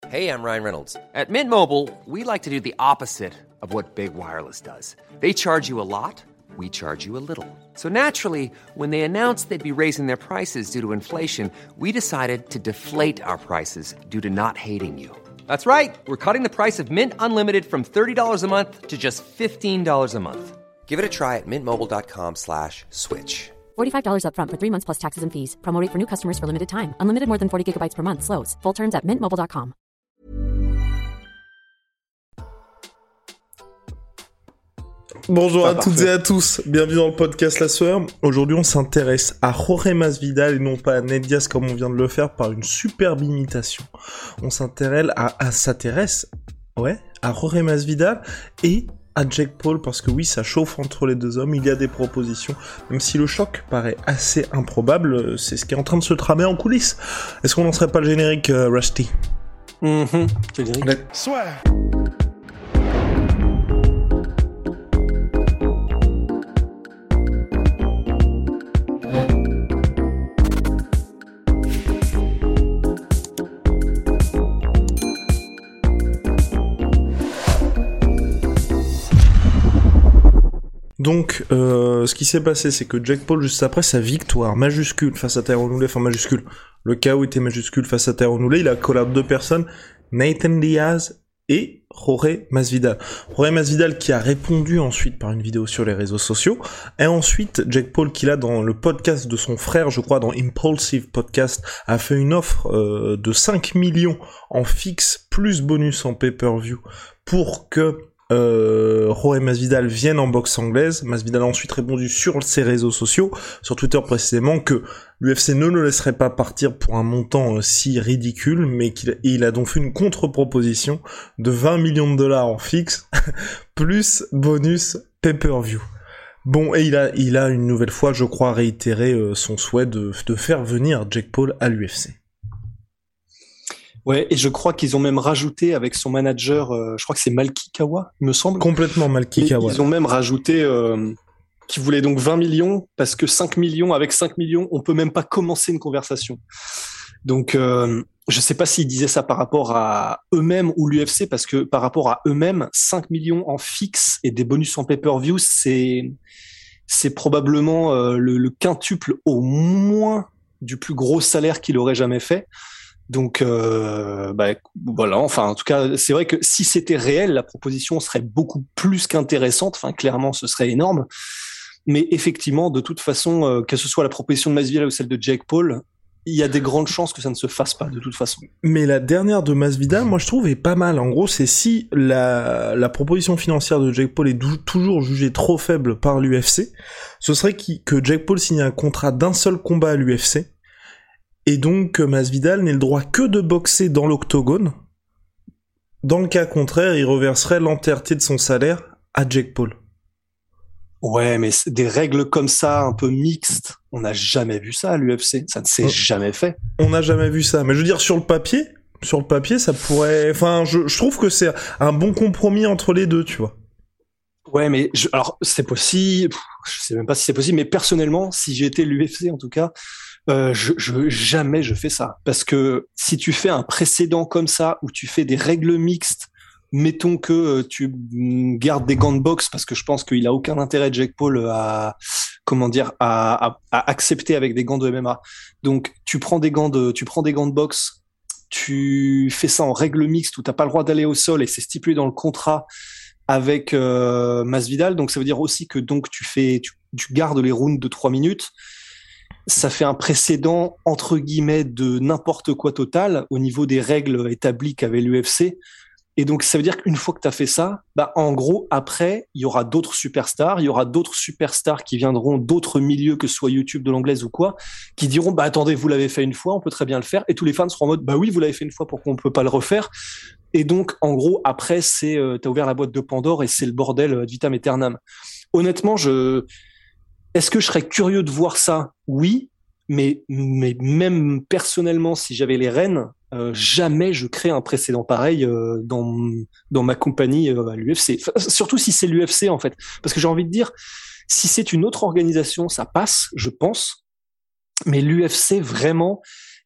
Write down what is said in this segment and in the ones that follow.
Hey, I'm Ryan Reynolds. At Mint Mobile, we like to do the opposite of what Big Wireless does. They charge you a lot, we charge you a little. So naturally, when they announced they'd be raising their prices due to inflation, we decided to deflate our prices due to not hating you. That's right. We're cutting the price of Mint Unlimited from $30 a month to just $15 a month. Give it a try at mintmobile.com/switch. $45 up front for 3 months plus taxes and fees. Promo rate for new customers for limited time. Unlimited more than 40 gigabytes per month. Slows full terms at mintmobile.com. Bonjour à toutes et à tous, bienvenue dans le podcast La Sueur. Aujourd'hui on s'intéresse à Jorge Masvidal et non pas à Nate Diaz comme on vient de le faire par une superbe imitation. On s'intéresse à Jorge Masvidal et à Jake Paul parce que oui, ça chauffe entre les deux hommes, il y a des propositions, même si le choc paraît assez improbable, c'est ce qui est en train de se tramer en coulisses. Est-ce qu'on lancerait pas le générique, Rusty? Générique. Soit. Donc, ce qui s'est passé, c'est que Jake Paul, juste après sa victoire majuscule face à Tyron Woodley, enfin majuscule, le KO était majuscule face à Tyron Woodley, il a collab deux personnes, Nathan Diaz et Jorge Masvidal. Jorge Masvidal qui a répondu ensuite par une vidéo sur les réseaux sociaux, et ensuite Jake Paul qui là dans le podcast de son frère, je crois dans Impulsive Podcast, a fait une offre de 5 millions en fixe plus bonus en pay-per-view pour que Jorge Masvidal vienne en boxe anglaise. Masvidal a ensuite répondu sur ses réseaux sociaux, sur Twitter précisément, que l'UFC ne le laisserait pas partir pour un montant si ridicule, mais il a donc fait une contre-proposition de 20 millions de dollars en fixe, plus bonus pay-per-view. Bon, et il a une nouvelle fois, je crois, réitéré son souhait de faire venir Jake Paul à l'UFC. Ouais, et je crois qu'ils ont même rajouté avec son manager, je crois que c'est Malki Kawa, il me semble. Complètement Malki Kawa. Ils ont même rajouté qu'ils voulaient donc 20 millions, parce que 5 millions, avec 5 millions, on peut même pas commencer une conversation. Donc, je sais pas s'ils disaient ça par rapport à eux-mêmes ou l'UFC, parce que par rapport à eux-mêmes, 5 millions en fixe et des bonus en pay-per-view, c'est probablement le quintuple au moins du plus gros salaire qu'il aurait jamais fait. Donc, voilà. Enfin, en tout cas, c'est vrai que si c'était réel, la proposition serait beaucoup plus qu'intéressante. Enfin, clairement, ce serait énorme. Mais effectivement, de toute façon, que ce soit la proposition de Masvidal ou celle de Jake Paul, il y a des grandes chances que ça ne se fasse pas, de toute façon. Mais la dernière de Masvidal, moi, je trouve, est pas mal. En gros, c'est si la proposition financière de Jake Paul est toujours jugée trop faible par l'UFC, ce serait que Jake Paul signe un contrat d'un seul combat à l'UFC. Et donc, Masvidal n'ait le droit que de boxer dans l'octogone. Dans le cas contraire, il reverserait l'entièreté de son salaire à Jake Paul. Ouais, mais des règles comme ça, un peu mixtes, on n'a jamais vu ça à l'UFC. Ça ne s'est jamais fait. On n'a jamais vu ça. Mais je veux dire, sur le papier, ça pourrait... Enfin, je trouve que c'est un bon compromis entre les deux, tu vois. Ouais, mais alors, c'est possible. Je sais même pas si c'est possible, mais personnellement, si j'étais l'UFC, en tout cas... jamais je fais ça, parce que si tu fais un précédent comme ça où tu fais des règles mixtes, mettons que tu gardes des gants de boxe, parce que je pense qu'il a aucun intérêt Jake Paul à accepter avec des gants de MMA. Donc tu prends des gants de boxe, tu fais ça en règle mixte où t'as pas le droit d'aller au sol et c'est stipulé dans le contrat avec Masvidal. Donc ça veut dire aussi que donc tu gardes les rounds de 3 minutes. Ça fait un précédent, entre guillemets, de n'importe quoi total au niveau des règles établies qu'avait l'UFC. Et donc, ça veut dire qu'une fois que tu as fait ça, en gros, après, il y aura d'autres superstars. Il y aura d'autres superstars qui viendront d'autres milieux, que ce soit YouTube, de l'anglaise ou quoi, qui diront, attendez, vous l'avez fait une fois, on peut très bien le faire. Et tous les fans seront en mode, oui, vous l'avez fait une fois, pourquoi on peut pas le refaire? Et donc, en gros, après, t'as ouvert la boîte de Pandore et c'est le bordel ad vitam aeternam. Honnêtement, est-ce que je serais curieux de voir ça? Oui, mais même personnellement, si j'avais les rênes, jamais je crée un précédent pareil dans ma compagnie à l'UFC. Surtout si c'est l'UFC, en fait. Parce que j'ai envie de dire, si c'est une autre organisation, ça passe, je pense. Mais l'UFC, vraiment,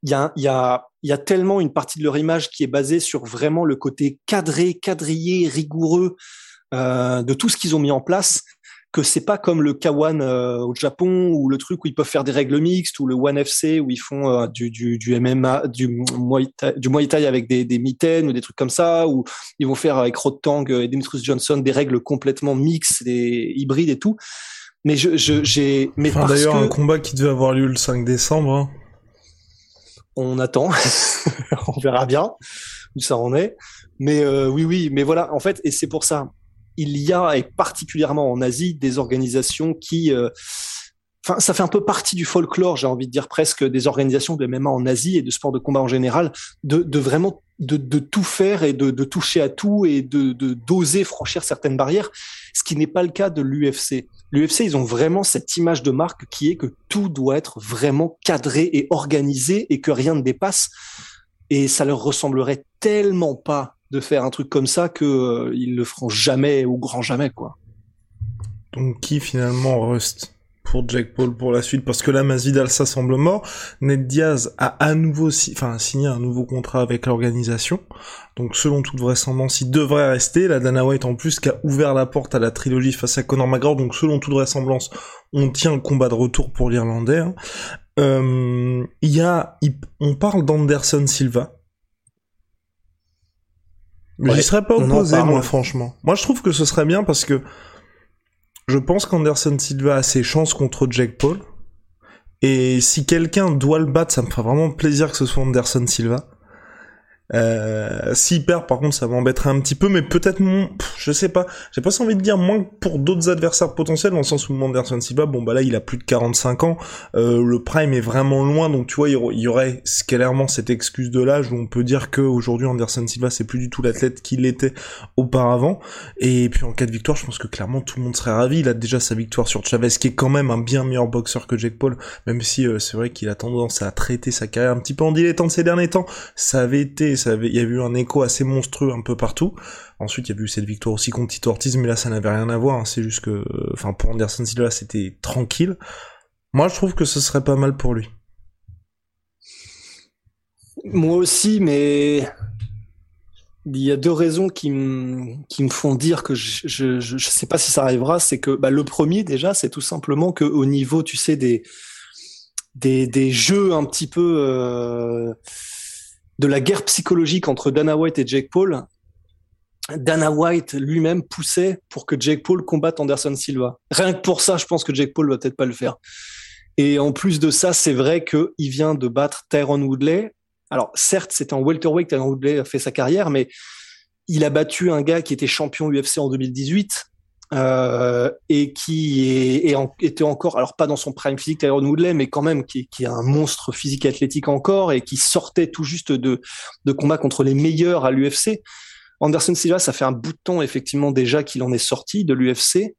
il y a tellement une partie de leur image qui est basée sur vraiment le côté quadrillé, rigoureux de tout ce qu'ils ont mis en place, que c'est pas comme le K1 au Japon ou le truc où ils peuvent faire des règles mixtes ou le One FC où ils font du MMA, du Muay Thai avec des mitaines ou des trucs comme ça, où ils vont faire avec Rodtang et Demetrius Johnson des règles complètement mixtes, des hybrides et tout. Mais mais enfin, d'ailleurs, un combat qui devait avoir lieu le 5 décembre. Hein. On attend, on verra bien où ça en est. Mais oui, mais voilà, en fait, et c'est pour ça. Il y a, et particulièrement en Asie, des organisations qui, ça fait un peu partie du folklore, j'ai envie de dire presque, des organisations de MMA en Asie et de sport de combat en général, de vraiment de tout faire et de toucher à tout et d'oser franchir certaines barrières, ce qui n'est pas le cas de l'UFC. L'UFC, ils ont vraiment cette image de marque qui est que tout doit être vraiment cadré et organisé et que rien ne dépasse. Et ça leur ressemblerait tellement pas de faire un truc comme ça que ils le feront jamais au grand jamais, quoi. Donc qui finalement reste pour Jake Paul pour la suite, parce que là Masvidal ça semble mort. Ned Diaz a à nouveau signé un nouveau contrat avec l'organisation, donc selon toute vraisemblance il devrait rester. La Dana White en plus qui a ouvert la porte à la trilogie face à Conor McGregor, donc selon toute vraisemblance on tient le combat de retour pour l'Irlandais. Hein. On parle d'Anderson Silva. Mais j'y serais pas opposé, moi, franchement. Moi, je trouve que ce serait bien parce que je pense qu'Anderson Silva a ses chances contre Jake Paul. Et si quelqu'un doit le battre, ça me ferait vraiment plaisir que ce soit Anderson Silva. S'il perd, par contre, ça m'embêterait un petit peu, mais peut-être je sais pas. J'ai pas envie de dire moins que pour d'autres adversaires potentiels, dans le sens où Anderson Silva, bon bah là, il a plus de 45 ans, le prime est vraiment loin, donc tu vois, il y aurait clairement cette excuse de l'âge où on peut dire que aujourd'hui Anderson Silva, c'est plus du tout l'athlète qu'il était auparavant. Et puis en cas de victoire, je pense que clairement tout le monde serait ravi. Il a déjà sa victoire sur Chavez, qui est quand même un bien meilleur boxeur que Jake Paul, même si c'est vrai qu'il a tendance à traiter sa carrière un petit peu en dilettante ces derniers temps. Il y a eu un écho assez monstrueux un peu partout. Ensuite, il y a eu cette victoire aussi contre Tito Ortiz, mais là, ça n'avait rien à voir. Hein. C'est juste que, pour Anderson Silva, c'était tranquille. Moi, je trouve que ce serait pas mal pour lui. Moi aussi, mais il y a deux raisons qui me font dire que je sais pas si ça arrivera. C'est que, le premier, déjà, c'est tout simplement que au niveau, tu sais, des jeux un petit peu, de la guerre psychologique entre Dana White et Jake Paul, Dana White lui-même poussait pour que Jake Paul combatte Anderson Silva. Rien que pour ça, je pense que Jake Paul va peut-être pas le faire. Et en plus de ça, c'est vrai qu'il vient de battre Tyron Woodley. Alors, certes, c'était en welterweight, Tyron Woodley a fait sa carrière, mais il a battu un gars qui était champion UFC en 2018, et qui était encore, alors pas dans son prime physique, Tyron Woodley, mais quand même qui est un monstre physique et athlétique encore, et qui sortait tout juste de combats contre les meilleurs à l'UFC. Anderson Silva, ça fait un bout de temps effectivement déjà qu'il en est sorti de l'UFC.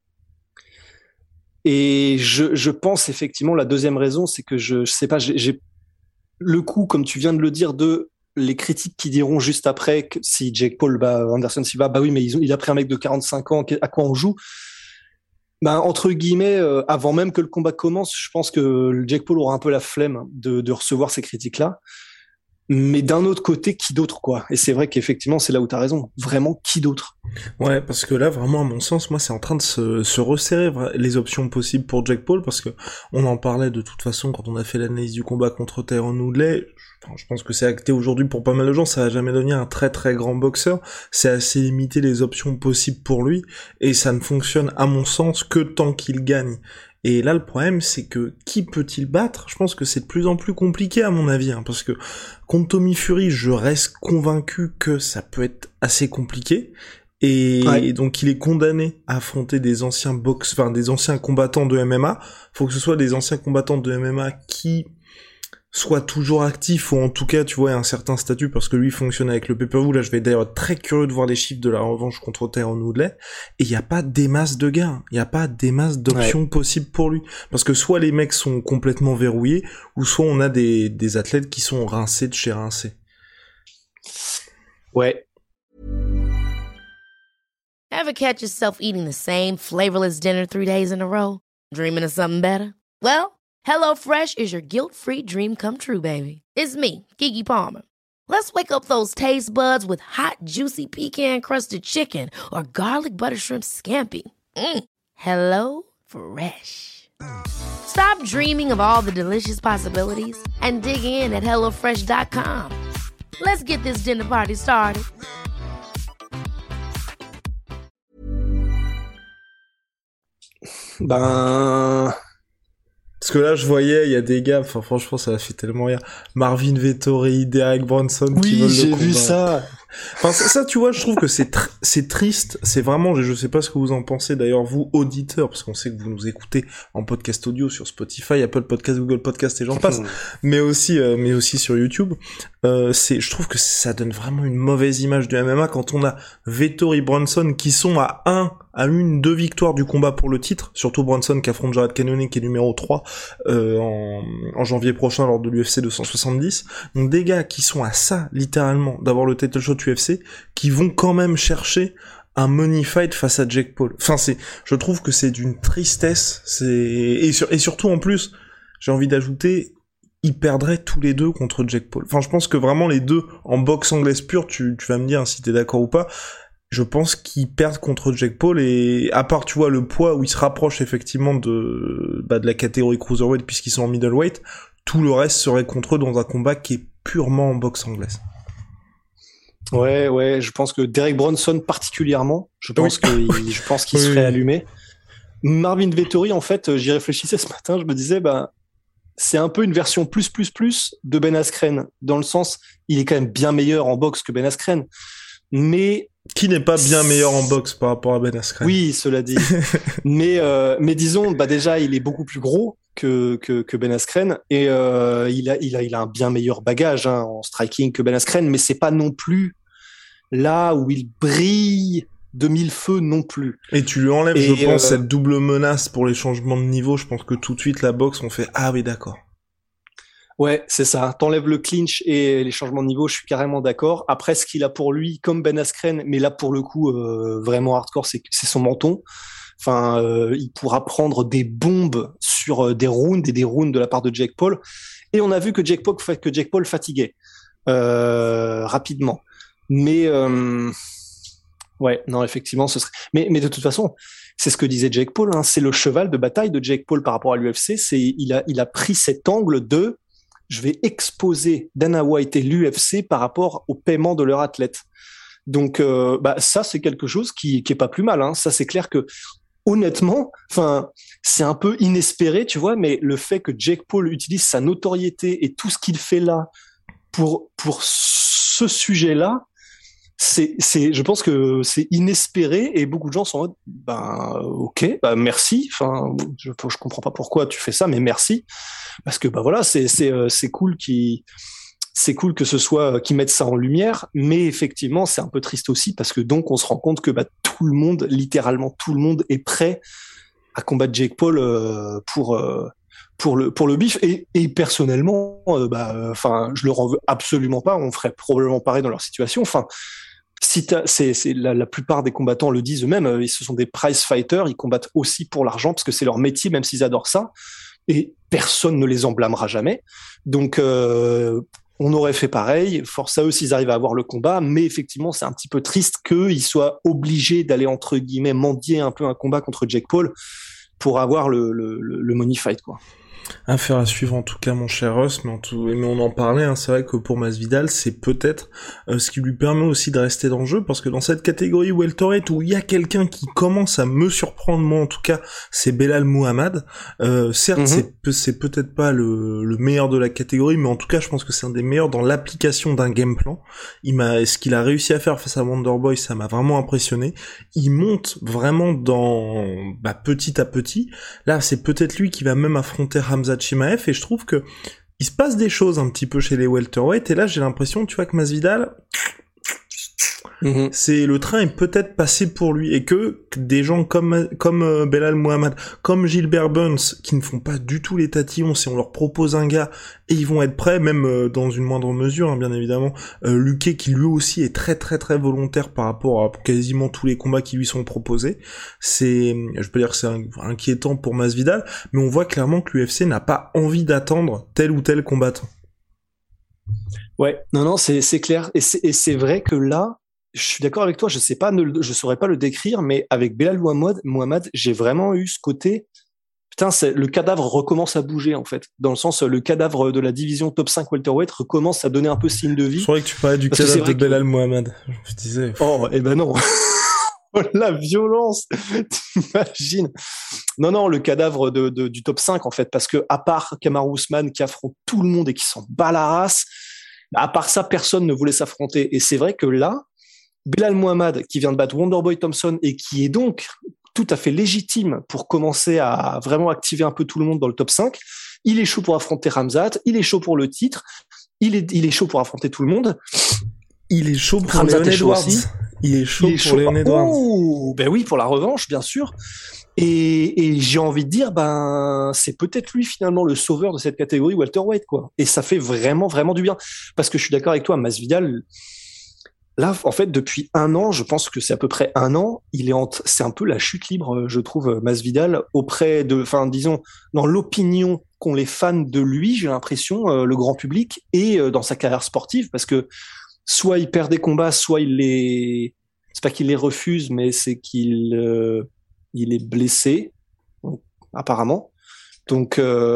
Et je pense effectivement, la deuxième raison, c'est que je sais pas, j'ai le coup, comme tu viens de le dire, de les critiques qui diront juste après que si Jake Paul bat Anderson Silva, bah oui, mais il a pris un mec de 45 ans, à quoi on joue? Entre guillemets, avant même que le combat commence, je pense que Jake Paul aura un peu la flemme de recevoir ces critiques-là. Mais d'un autre côté, qui d'autre, quoi? Et c'est vrai qu'effectivement, c'est là où t'as raison. Vraiment, qui d'autre? Ouais, parce que là, vraiment, à mon sens, moi, c'est en train de se resserrer les options possibles pour Jake Paul, parce que on en parlait de toute façon quand on a fait l'analyse du combat contre Tyron Woodley. Je pense que c'est acté aujourd'hui pour pas mal de gens, ça va jamais devenir un très très grand boxeur. C'est assez limité les options possibles pour lui, et ça ne fonctionne, à mon sens, que tant qu'il gagne. Et là, le problème, c'est que qui peut-il battre? Je pense que c'est de plus en plus compliqué, à mon avis, hein, parce que contre Tommy Fury, je reste convaincu que ça peut être assez compliqué. Et donc, il est condamné à affronter des anciens des anciens combattants de MMA. Faut que ce soit des anciens combattants de MMA qui soit toujours actif, ou en tout cas, tu vois, un certain statut, parce que lui fonctionne avec le pay-per-view. Là, je vais d'ailleurs être très curieux de voir les chiffres de la revanche contre Tyron Woodley. Et il y a pas des masses de gars, il y a pas des masses d'options possibles pour lui. Parce que soit les mecs sont complètement verrouillés, ou soit on a des athlètes qui sont rincés de chez rincés. Ouais. Ever catch yourself eating the same flavorless dinner 3 days in a row? Dreaming of something better? Well, HelloFresh is your guilt-free dream come true, baby. It's me, Keke Palmer. Let's wake up those taste buds with hot, juicy pecan-crusted chicken or garlic butter shrimp scampi. Hello Fresh. Stop dreaming of all the delicious possibilities and dig in at HelloFresh.com. Let's get this dinner party started. Parce que là, je voyais, il y a des gars, enfin, franchement, ça a fait tellement rire. Marvin Vettori, Derek Bronson qui veulent le combat. Oui, j'ai vu ça. Enfin, ça, tu vois, je trouve que c'est triste. C'est vraiment, je sais pas ce que vous en pensez. D'ailleurs, vous, auditeurs, parce qu'on sait que vous nous écoutez en podcast audio sur Spotify, Apple Podcast, Google Podcast et j'en passe. mais aussi sur YouTube. Je trouve que ça donne vraiment une mauvaise image du MMA quand on a Vettori, Bronson qui sont à 2 victoires du combat pour le titre, surtout Bronson qui affronte Jared Cannonier qui est numéro 3 en janvier prochain lors de l'UFC 270. Donc des gars qui sont à ça, littéralement, d'avoir le title shot UFC, qui vont quand même chercher un money fight face à Jake Paul. Enfin, je trouve que c'est d'une tristesse, et surtout en plus, j'ai envie d'ajouter, ils perdraient tous les deux contre Jake Paul. Enfin, je pense que vraiment les deux, en boxe anglaise pure, tu vas me dire si t'es d'accord ou pas, je pense qu'ils perdent contre Jake Paul, et à part, tu vois, le poids où ils se rapprochent effectivement de la catégorie cruiserweight puisqu'ils sont en middleweight, tout le reste serait contre eux dans un combat qui est purement en boxe anglaise. Ouais, je pense que Derek Bronson particulièrement, je pense qu'il serait allumé. Marvin Vettori, en fait, j'y réfléchissais ce matin, je me disais, c'est un peu une version plus de Ben Askren, dans le sens, il est quand même bien meilleur en boxe que Ben Askren, mais qui n'est pas bien meilleur en boxe par rapport à Ben Askren. Oui, cela dit. mais disons, déjà, il est beaucoup plus gros que Ben Askren, et il a un bien meilleur bagage en striking que Ben Askren, mais c'est pas non plus là où il brille de mille feux non plus. Et tu lui enlèves, je pense, cette double menace pour les changements de niveau. Je pense que tout de suite la boxe, on fait ah oui, d'accord. Ouais, c'est ça. T'enlèves le clinch et les changements de niveau, je suis carrément d'accord. Après, ce qu'il a pour lui, comme Ben Askren, mais là pour le coup vraiment hardcore, c'est son menton. Enfin, il pourra prendre des bombes sur des rounds et des rounds de la part de Jake Paul. Et on a vu que Jake Paul fatiguait rapidement. Mais ouais, non, effectivement, ce serait. Mais de toute façon, c'est ce que disait Jake Paul. C'est le cheval de bataille de Jake Paul par rapport à l'UFC. Il a pris cet angle de je vais exposer Dana White et l'UFC par rapport au paiement de leur athlète. Donc ça c'est quelque chose qui est pas plus mal. Ça c'est clair que honnêtement, c'est un peu inespéré, tu vois, mais le fait que Jake Paul utilise sa notoriété et tout ce qu'il fait là pour ce sujet-là, je pense que c'est inespéré et beaucoup de gens sont en mode, ok, merci. Je comprends pas pourquoi tu fais ça, mais merci. Parce que, voilà, c'est cool que ce soit, qu'ils mettent ça en lumière, mais effectivement, c'est un peu triste aussi parce que donc on se rend compte que, tout le monde, littéralement tout le monde est prêt à combattre Jake Paul, pour le bif et personnellement, je leur en veux absolument pas. On ferait probablement pareil dans leur situation. C'est la plupart des combattants le disent eux-mêmes, ce sont des prize fighters, ils combattent aussi pour l'argent parce que c'est leur métier, même s'ils adorent ça, et personne ne les en blâmera jamais. Donc on aurait fait pareil, force à eux s'ils arrivent à avoir le combat, mais effectivement c'est un petit peu triste qu'ils soient obligés d'aller entre guillemets mendier un peu un combat contre Jake Paul pour avoir le money fight, quoi. Affaire à suivre en tout cas, mon cher Russ, mais on en parlait, c'est vrai que pour Masvidal, c'est peut-être ce qui lui permet aussi de rester dans le jeu, parce que dans cette catégorie welterweight où il y a quelqu'un qui commence à me surprendre, moi en tout cas, c'est Belal Muhammad. Certes, c'est peut-être pas le meilleur de la catégorie, mais en tout cas, je pense que c'est un des meilleurs dans l'application d'un game plan. Ce qu'il a réussi à faire face à Wonderboy, ça m'a vraiment impressionné. Il monte vraiment dans petit à petit. Là, c'est peut-être lui qui va même affronter Hamza Chimaev, et je trouve que il se passe des choses un petit peu chez les welterweight, et là j'ai l'impression, tu vois, que Masvidal c'est le train est peut-être passé pour lui et que des gens comme Belal Mohamed, comme Gilbert Burns, qui ne font pas du tout les tatillons, si on leur propose un gars et ils vont être prêts, même dans une moindre mesure, hein, bien évidemment. Luque qui lui aussi est très très très volontaire par rapport à quasiment tous les combats qui lui sont proposés. Je peux dire que c'est inquiétant pour Masvidal, mais on voit clairement que l'UFC n'a pas envie d'attendre tel ou tel combattant. Ouais, non, c'est clair. Et c'est vrai que là, je suis d'accord avec toi, je saurais pas le décrire, mais avec Belal Mohamed, j'ai vraiment eu ce côté, putain, le cadavre recommence à bouger, en fait. Dans le sens, le cadavre de la division top 5 welterweight recommence à donner un peu signe de vie. Je croyais que tu parlais du cadavre de Belal Mohamed. Je disais. Oh, non. La violence, t'imagines. Non, le cadavre du top 5, en fait, parce que, à part Kamaru Usman qui affronte tout le monde et qui s'en bat la race, à part ça, personne ne voulait s'affronter. Et c'est vrai que là, Belal Mohamed, qui vient de battre Wonderboy Thompson et qui est donc tout à fait légitime pour commencer à vraiment activer un peu tout le monde dans le top 5, il est chaud pour affronter Khamzat, il est chaud pour le titre, il est chaud pour affronter tout le monde. Il est chaud pour Leon Edwards. Il est chaud pour Leon Edwards. Oh, ben oui, pour la revanche, bien sûr. Et j'ai envie de dire, c'est peut-être lui finalement le sauveur de cette catégorie welterweight, quoi. Et ça fait vraiment, vraiment du bien. Parce que je suis d'accord avec toi, Masvidal, là, en fait, depuis 1 an, je pense que c'est à peu près 1 an, c'est un peu la chute libre, je trouve, Masvidal, auprès de, disons, dans l'opinion qu'ont les fans de lui, j'ai l'impression, le grand public, et dans sa carrière sportive, parce que soit il perd des combats, soit c'est pas qu'il les refuse, mais c'est qu'il est blessé, apparemment. Donc,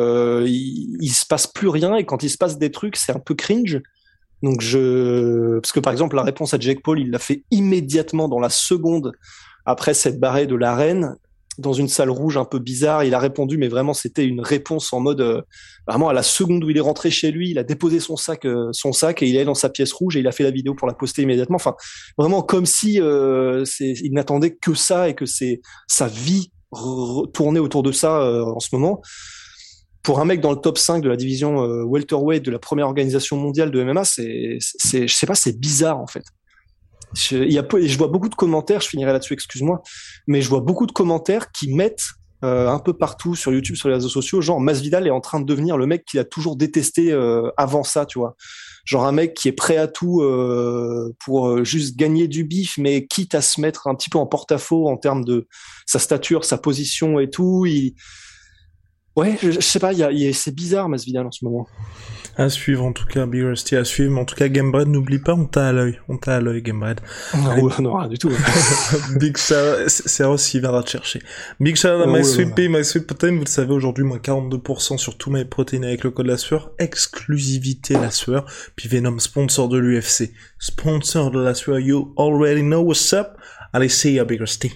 il se passe plus rien, et quand il se passe des trucs, c'est un peu cringe. Donc parce que par exemple, la réponse à Jake Paul, il l'a fait immédiatement dans la seconde après s'être barré de l'arène, dans une salle rouge un peu bizarre. Il a répondu, mais vraiment, c'était une réponse en mode, vraiment à la seconde où il est rentré chez lui, il a déposé son sac et il est allé dans sa pièce rouge et il a fait la vidéo pour la poster immédiatement. Enfin, vraiment comme si il n'attendait que ça et que sa vie tournait autour de ça en ce moment. Pour un mec dans le top 5 de la division welterweight de la première organisation mondiale de MMA, je sais pas, c'est bizarre en fait. Je vois beaucoup de commentaires, je finirai là-dessus, excuse-moi, mais je vois beaucoup de commentaires qui mettent un peu partout sur YouTube, sur les réseaux sociaux, genre Masvidal est en train de devenir le mec qu'il a toujours détesté avant ça, tu vois. Genre un mec qui est prêt à tout pour juste gagner du bif, mais quitte à se mettre un petit peu en porte-à-faux en termes de sa stature, sa position et tout. Ouais, je sais pas, c'est bizarre Masvidal en ce moment. À suivre en tout cas, Big Rusty à suivre. En tout cas, Gamebred, n'oublie pas, on t'a à l'œil, Gamebred. Non, rien du tout. Big shout, c'est Ross qui viendra te chercher. Big shout à My Sweet Protein, vous le savez, aujourd'hui, moins 42% sur tous mes protéines avec le code La Sueur. Exclusivité La Sueur. Puis Venom, sponsor de l'UFC. Sponsor de La Sueur, you already know what's up. Allez, see ya, Big Rusty.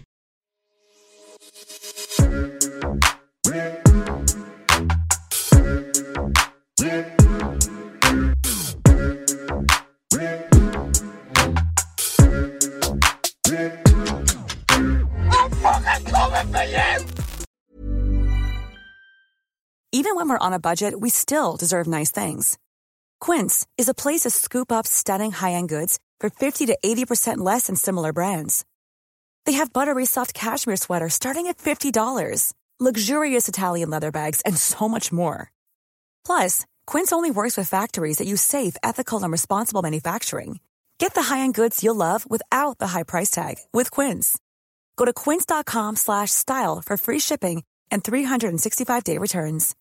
Even when we're on a budget, we still deserve nice things. Quince is a place to scoop up stunning high-end goods for 50 to 80% less than similar brands. They have buttery soft cashmere sweaters starting at $50, luxurious Italian leather bags, and so much more. Plus, Quince only works with factories that use safe, ethical, and responsible manufacturing. Get the high-end goods you'll love without the high price tag with Quince. Go to quince.com/style for free shipping and 365-day returns.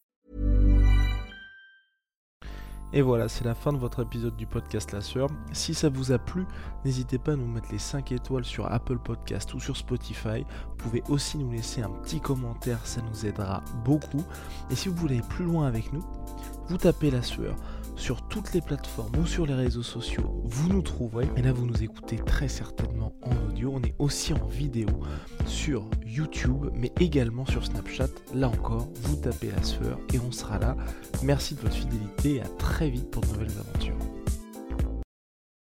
Et voilà, c'est la fin de votre épisode du podcast La Sueur. Si ça vous a plu, n'hésitez pas à nous mettre les 5 étoiles sur Apple Podcast ou sur Spotify. Vous pouvez aussi nous laisser un petit commentaire, ça nous aidera beaucoup. Et si vous voulez aller plus loin avec nous, vous tapez La Sueur sur toutes les plateformes ou sur les réseaux sociaux, vous nous trouverez. Et là, vous nous écoutez très certainement en audio. On est aussi en vidéo sur YouTube, mais également sur Snapchat. Là encore, vous tapez La Sueur et on sera là. Merci de votre fidélité et à très vite pour de nouvelles aventures.